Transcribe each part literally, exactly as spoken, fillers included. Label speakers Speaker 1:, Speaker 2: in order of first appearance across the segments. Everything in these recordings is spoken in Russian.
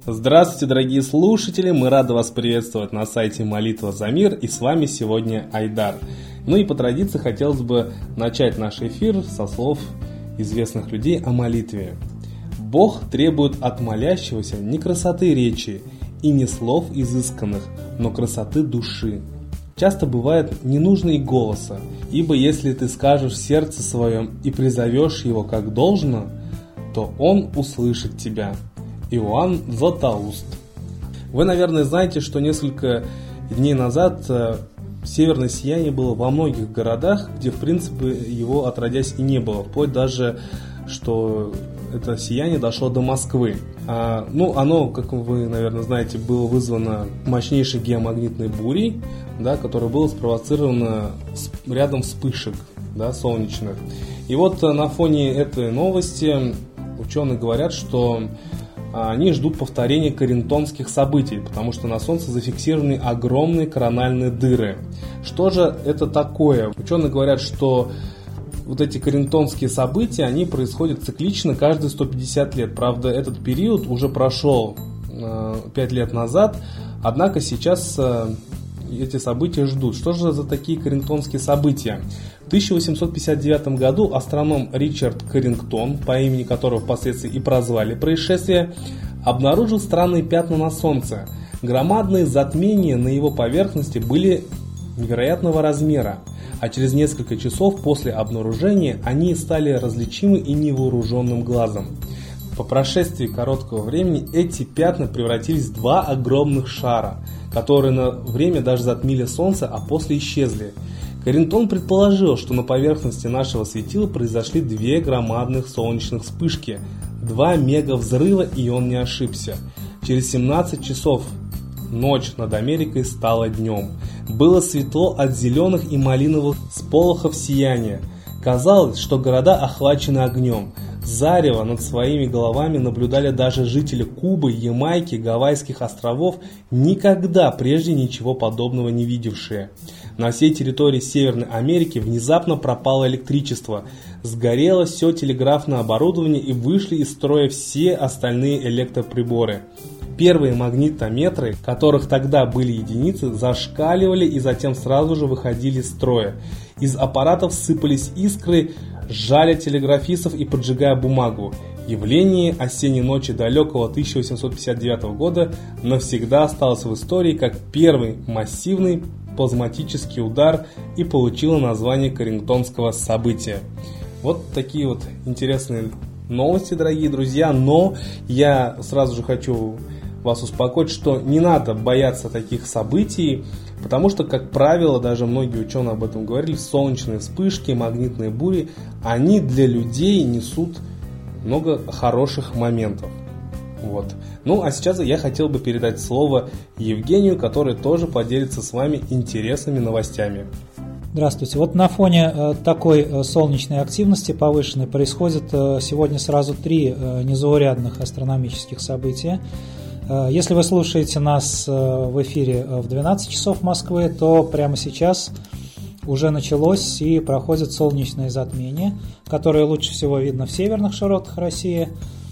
Speaker 1: Здравствуйте, дорогие слушатели! Мы рады вас приветствовать на сайте Молитва за мир, и с вами сегодня Айдар. Ну и по традиции хотелось бы начать наш эфир со слов известных людей о молитве. Бог требует от молящегося не красоты речи и не слов изысканных, но красоты души. Часто бывает не нужно и голоса, ибо если ты скажешь в сердце своем и призовешь его как должно, то он услышит тебя. Иоанн Златоуст. Вы, наверное, знаете, что несколько дней назад северное сияние было во многих городах, где, в принципе, его отродясь и не было. Вплоть даже, что это сияние дошло до Москвы. А, ну, оно, как вы, наверное, знаете, было вызвано мощнейшей геомагнитной бурей, да, которая была спровоцирована рядом вспышек, да, солнечных. И вот на фоне этой новости ученые говорят, что они ждут повторения карингтонских событий, потому что на Солнце зафиксированы огромные корональные дыры. Что же это такое? Ученые говорят, что вот эти карингтонские события, они происходят циклично каждые сто пятьдесят лет. Правда, этот период уже прошел пять лет назад, однако сейчас эти события ждут. Что же за такие карингтонские события? В тысяча восемьсот пятьдесят девятом году астроном Ричард Карингтон, по имени которого впоследствии и прозвали происшествие, обнаружил странные пятна на Солнце. Громадные затмения на его поверхности были невероятного размера, а через несколько часов после обнаружения они стали различимы и невооруженным глазом. По прошествии короткого времени эти пятна превратились в два огромных шара, которые на время даже затмили Солнце, а после исчезли. Карингтон предположил, что на поверхности нашего светила произошли две громадных солнечных вспышки, два мегавзрыва, и он не ошибся. Через семнадцать часов ночь над Америкой стала днем. Было светло от зеленых и малиновых сполохов сияния. Казалось, что города охвачены огнем. Зарево над своими головами наблюдали даже жители Кубы, Ямайки, Гавайских островов, никогда прежде ничего подобного не видевшие. На всей территории Северной Америки внезапно пропало электричество, сгорело все телеграфное оборудование и вышли из строя все остальные электроприборы. Первые магнитометры, которых тогда были единицы, зашкаливали и затем сразу же выходили из строя. Из аппаратов сыпались искры, жаля телеграфистов и поджигая бумагу. Явление осенней ночи далекого тысяча восемьсот пятьдесят девятого года навсегда осталось в истории как первый массивный плазматический удар и получило название карингтонского события. Вот такие вот интересные новости, дорогие друзья, но я сразу же хочу вас успокоить, что не надо бояться таких событий, потому что, как правило, даже многие ученые об этом говорили, солнечные вспышки, магнитные бури, они для людей несут много хороших моментов. Вот. Ну, а сейчас я хотел бы передать слово Евгению, который тоже поделится с вами интересными новостями.
Speaker 2: Здравствуйте. Вот на фоне э, такой э, солнечной активности повышенной происходит э, сегодня сразу три э, незаурядных астрономических события. Э, если вы слушаете нас э, в эфире в двенадцать часов Москвы, то прямо сейчас уже началось и проходит солнечное затмение, которое лучше всего видно в северных широтах России.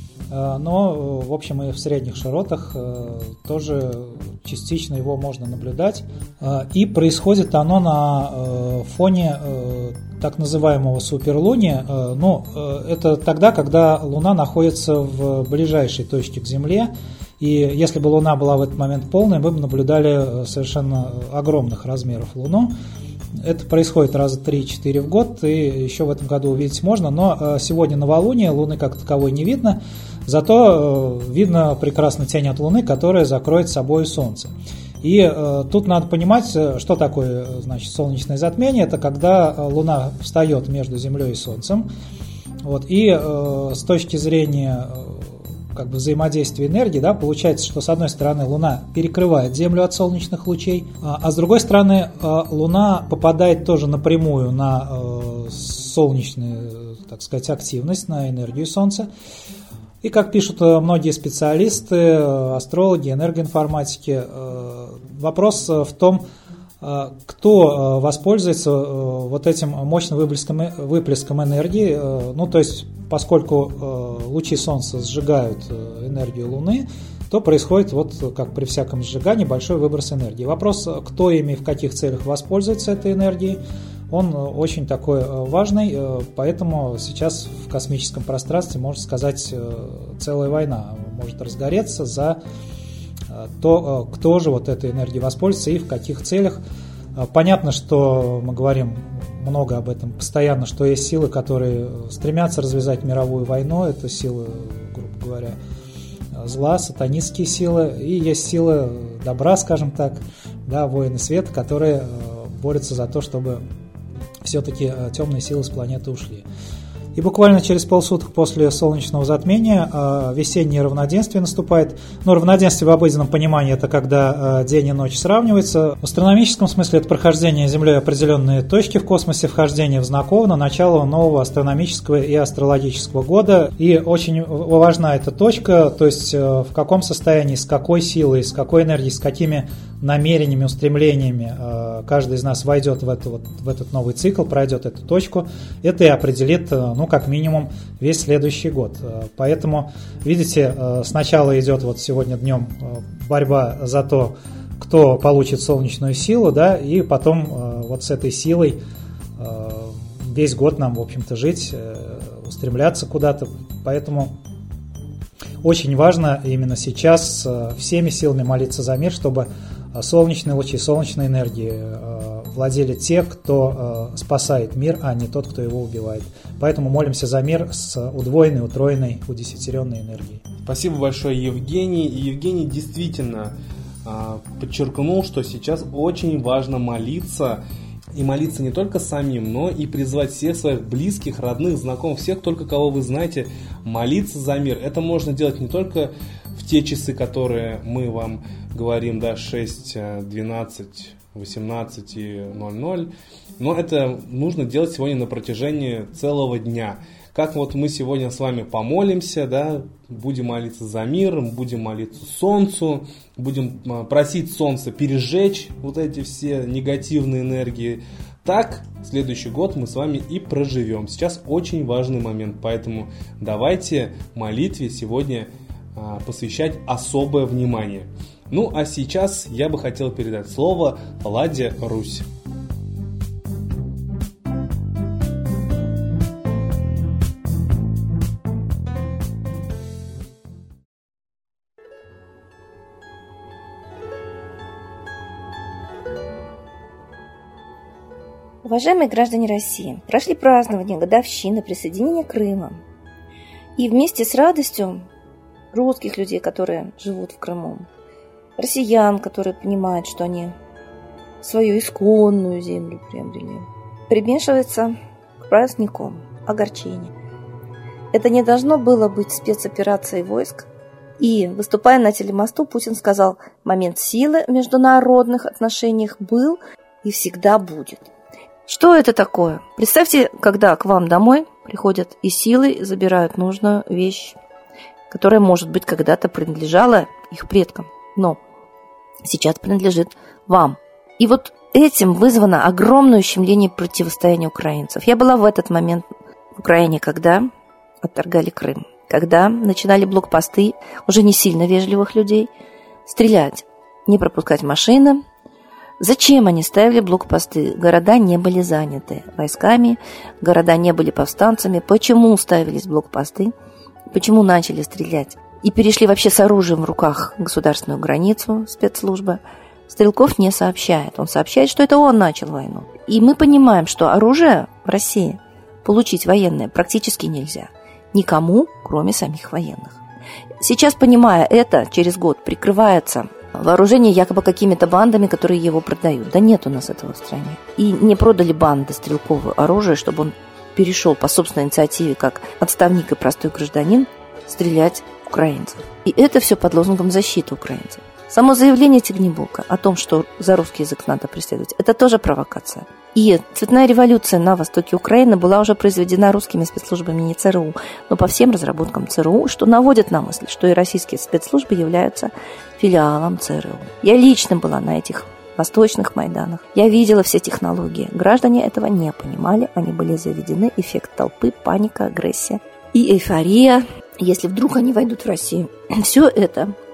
Speaker 2: Но, в общем, и в средних широтах тоже частично его можно наблюдать. И происходит оно на фоне так называемого суперлуния. Ну, это тогда, когда Луна находится в ближайшей точке к Земле. И если бы Луна была в этот момент полной, мы бы наблюдали совершенно огромных размеров Луну. Это происходит раза три-четыре в год, и еще в этом году увидеть можно, но сегодня новолуние, Луны как таковой не видно, зато видно прекрасно тень от Луны, которая закроет собой Солнце. И э, тут надо понимать, что такое, значит, солнечное затмение. Это когда Луна встает между Землей и Солнцем. Вот, и э, с точки зрения как бы взаимодействия энергии, да, получается, что с одной стороны Луна перекрывает Землю от солнечных лучей, а, а с другой стороны э, Луна попадает тоже напрямую на э, солнечную, так сказать, активность, на энергию Солнца. И, как пишут многие специалисты, астрологи, энергоинформатики, вопрос в том, кто воспользуется вот этим мощным выплеском, выплеском энергии. Ну, то есть, поскольку лучи Солнца сжигают энергию Луны, то происходит, вот как при всяком сжигании, большой выброс энергии. Вопрос, кто ими и в каких целях воспользуется этой энергией, он очень такой важный, поэтому сейчас в космическом пространстве, можно сказать, целая война может разгореться за то, кто же вот этой энергией воспользуется и в каких целях. Понятно, что мы говорим много об этом постоянно, что есть силы, которые стремятся развязать мировую войну, это силы, грубо говоря, зла, сатанистские силы, и есть силы добра, скажем так, да, воины света, которые борются за то, чтобы все-таки темные силы с планеты ушли. И буквально через полсуток после солнечного затмения э, весеннее равноденствие наступает. Но равноденствие в обыденном понимании – это когда э, день и ночь сравниваются. В астрономическом смысле это прохождение Землей определенной точки в космосе, вхождение в знак Овна, начало нового астрономического и астрологического года. И очень важна эта точка, то есть э, в каком состоянии, с какой силой, с какой энергией, с какими намерениями, устремлениями э, каждый из нас войдет в, это, вот, в этот новый цикл, пройдет эту точку. Это и определит, э, ну, как минимум, весь следующий год. Поэтому, видите, сначала идет вот сегодня днем борьба за то, кто получит солнечную силу, да, и потом вот с этой силой весь год нам, в общем-то, жить, устремляться куда-то. Поэтому очень важно именно сейчас всеми силами молиться за мир, чтобы солнечные лучи, солнечные энергии владели те, кто спасает мир, а не тот, кто его убивает. Поэтому молимся за мир с удвоенной, утроенной, удесятеренной энергией.
Speaker 1: Спасибо большое, Евгений. И Евгений действительно подчеркнул, что сейчас очень важно молиться. И молиться не только самим, но и призвать всех своих близких, родных, знакомых, всех, только кого вы знаете, молиться за мир. Это можно делать не только в те часы, которые мы вам говорим, да, шесть, двенадцать, восемнадцать и ноль ноль, но это нужно делать сегодня на протяжении целого дня. Как вот мы сегодня с вами помолимся, да, будем молиться за мир, будем молиться Солнцу, будем просить Солнце пережечь вот эти все негативные энергии. Так следующий год мы с вами и проживем. Сейчас очень важный момент, поэтому давайте молитве сегодня а, посвящать особое внимание. Ну а сейчас я бы хотел передать слово Ладе Русь.
Speaker 3: Уважаемые граждане России, прошли празднования годовщины присоединения Крыма. И вместе с радостью русских людей, которые живут в Крыму, россиян, которые понимают, что они свою исконную землю приобрели, примешивается к празднику огорчение. Это не должно было быть спецоперацией войск. И, выступая на телемосту, Путин сказал, момент силы в международных отношениях был и всегда будет. Что это такое? Представьте, когда к вам домой приходят и силой забирают нужную вещь, которая, может быть, когда-то принадлежала их предкам, но сейчас принадлежит вам. И вот этим вызвано огромное ущемление противостояния украинцев. Я была в этот момент в Украине, когда отторгали Крым, когда начинали блокпосты уже не сильно вежливых людей стрелять, не пропускать машины. Зачем они ставили блокпосты? Города не были заняты войсками, города не были повстанцами. Почему ставились блокпосты? Почему начали стрелять? И перешли вообще с оружием в руках государственную границу спецслужбы. Стрелков не сообщает. Он сообщает, что это он начал войну. И мы понимаем, что оружие в России получить военное практически нельзя. Никому, кроме самих военных. Сейчас, понимая это, через год прикрывается вооружение якобы какими-то бандами, которые его продают. Да нет у нас этого в стране. И не продали банды стрелковое оружие, чтобы он перешел по собственной инициативе, как отставник и простой гражданин, стрелять в украинцев. И это все под лозунгом защиты украинцев. Само заявление Тягнебока о том, что за русский язык надо преследовать, это тоже провокация. И цветная революция на востоке Украины была уже произведена русскими спецслужбами, не ЦРУ, но по всем разработкам ЦРУ, что наводит на мысль, что и российские спецслужбы являются филиалом ЦРУ. Я лично была на этих восточных майданах. Я видела все технологии. Граждане этого не понимали, они были заведены. Эффект толпы, паника, агрессия и эйфория, если вдруг они войдут в Россию. Все это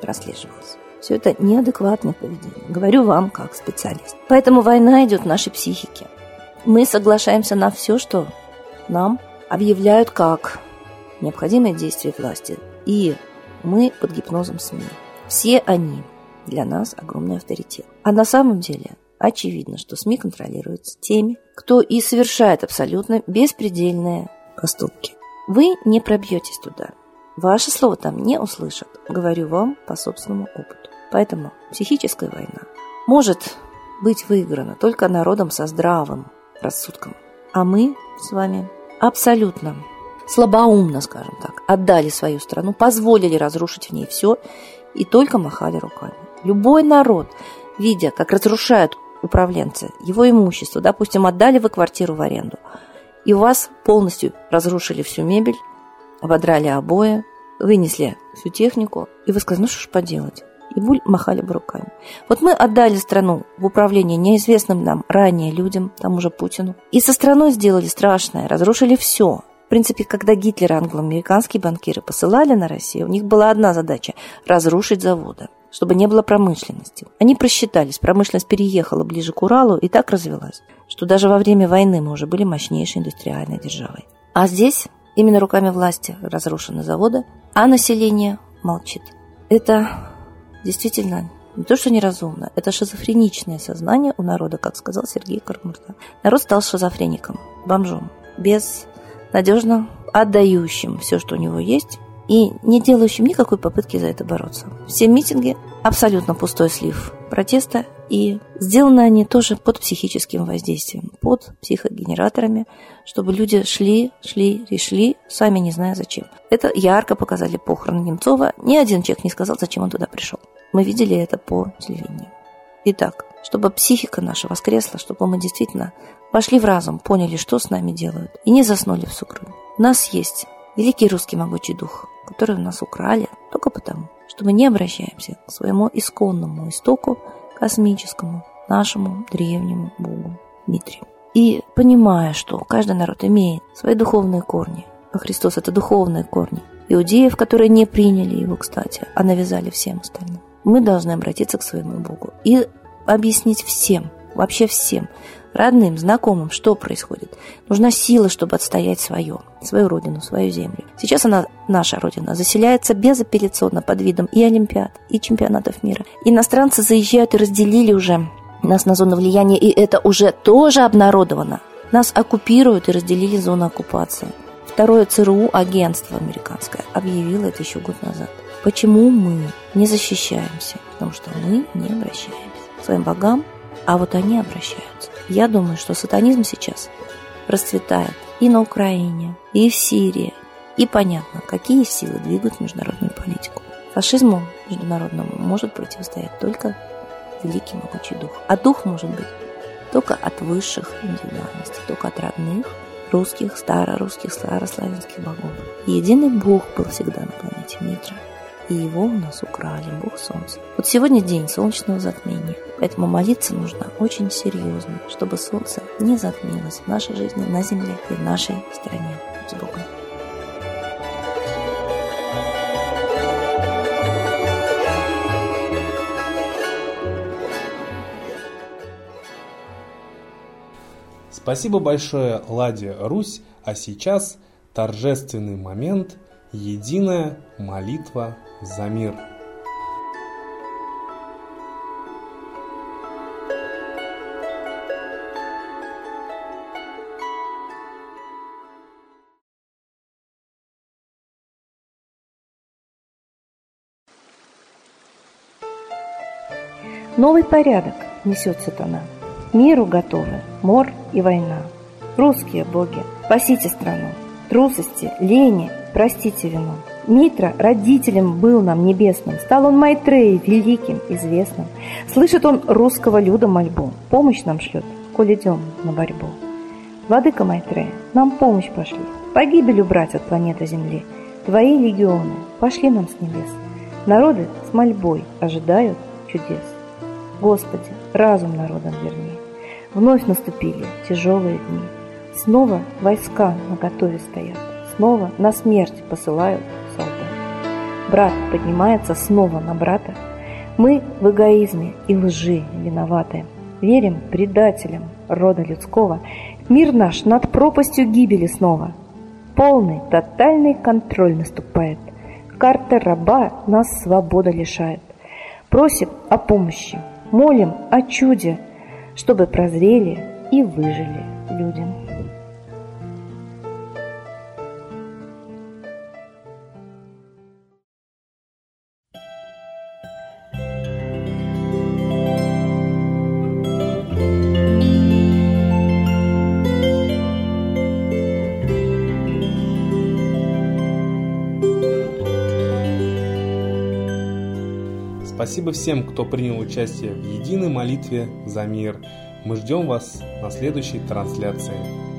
Speaker 3: прослеживалось. Все это неадекватное поведение. Говорю вам как специалист. Поэтому война идет в нашей психике. Мы соглашаемся на все, что нам объявляют как необходимые действия власти. И мы под гипнозом СМИ. Все они для нас огромный авторитет. А на самом деле очевидно, что СМИ контролируются теми, кто и совершает абсолютно беспредельные поступки. Вы не пробьетесь туда. Ваше слово там не услышат. Говорю вам по собственному опыту. Поэтому психическая война может быть выиграна только народом со здравым рассудком. А мы с вами абсолютно слабоумно, скажем так, отдали свою страну, позволили разрушить в ней все и только махали руками. Любой народ, видя, как разрушают управленцы его имущество, допустим, отдали вы квартиру в аренду, и у вас полностью разрушили всю мебель, ободрали обои, вынесли всю технику, и вы сказали, ну что ж поделать, и буль махали бы руками. Вот мы отдали страну в управление неизвестным нам ранее людям, тому же Путину, и со страной сделали страшное, разрушили все. В принципе, когда Гитлер, англо-американские банкиры посылали на Россию, у них была одна задача – разрушить заводы, чтобы не было промышленности. Они просчитались, промышленность переехала ближе к Уралу и так развилась, что даже во время войны мы уже были мощнейшей индустриальной державой. А здесь именно руками власти разрушены заводы, а население молчит. Это действительно не то, что неразумно, это шизофреничное сознание у народа, как сказал Сергей Кармурза. Народ стал шизофреником, бомжом, безнадежно отдающим все, что у него есть, и не делающим никакой попытки за это бороться. Все митинги – абсолютно пустой слив протеста, и сделаны они тоже под психическим воздействием, под психогенераторами, чтобы люди шли, шли и шли, сами не зная зачем. Это ярко показали похороны Немцова. Ни один человек не сказал, зачем он туда пришел. Мы видели это по телевидению. Итак, чтобы психика наша воскресла, чтобы мы действительно вошли в разум, поняли, что с нами делают, и не заснули в сугробе. У нас есть великий русский могучий дух, который у нас украли только потому, что мы не обращаемся к своему исконному истоку, космическому, нашему древнему Богу Дмитрию. И понимая, что каждый народ имеет свои духовные корни, а Христос – это духовные корни иудеев, которые не приняли его, кстати, а навязали всем остальным, мы должны обратиться к своему Богу и объяснить всем, вообще всем, родным, знакомым, что происходит. Нужна сила, чтобы отстоять свое, свою родину, свою землю. Сейчас она, наша родина, заселяется безапелляционно под видом и олимпиад, и чемпионатов мира. Иностранцы заезжают и разделили уже нас на зону влияния, и это уже тоже обнародовано. Нас оккупируют и разделили зону оккупации. Второе ЦРУ, агентство американское, объявило это еще год назад. Почему мы не защищаемся? Потому что мы не обращаемся к своим богам, а вот они обращаются. Я думаю, что сатанизм сейчас расцветает и на Украине, и в Сирии. И понятно, какие силы двигают международную политику. Фашизму международному может противостоять только великий могучий дух. А дух может быть только от высших индивидуальностей, только от родных, русских, старорусских, старославянских богов. И единый Бог был всегда на планете Митра. И его у нас украли, Бог Солнца. Вот сегодня день солнечного затмения, поэтому молиться нужно очень серьезно, чтобы солнце не затмилось в нашей жизни, на земле и в нашей стране. С Богом.
Speaker 1: Спасибо большое, Ладе Русь. А сейчас торжественный момент – единая молитва за мир.
Speaker 3: Новый порядок несет сатана. Миру готовы мор и война. Русские боги, спасите страну. Трусости, лени, простите вину. Митра родителем был нам небесным, стал он Майтреей великим, известным. Слышит он русского люда мольбу, помощь нам шлет, коль идем на борьбу. Владыка Майтрея, нам помощь пошли, погибель убрать от планеты Земли. Твои легионы пошли нам с небес. Народы с мольбой ожидают чудес. Господи, разум народам верни. Вновь наступили тяжелые дни. Снова войска наготове стоят. Снова на смерть посылают солдат. брат поднимается снова на брата, мы в эгоизме и лжи виноваты. Верим предателям рода людского, мир наш над пропастью гибели снова. Полный, тотальный контроль наступает, карта раба нас свобода лишает. Просим о помощи, молим о чуде, чтобы прозрели и выжили люди.
Speaker 1: Спасибо всем, кто принял участие в единой молитве за мир. Мы ждем вас на следующей трансляции.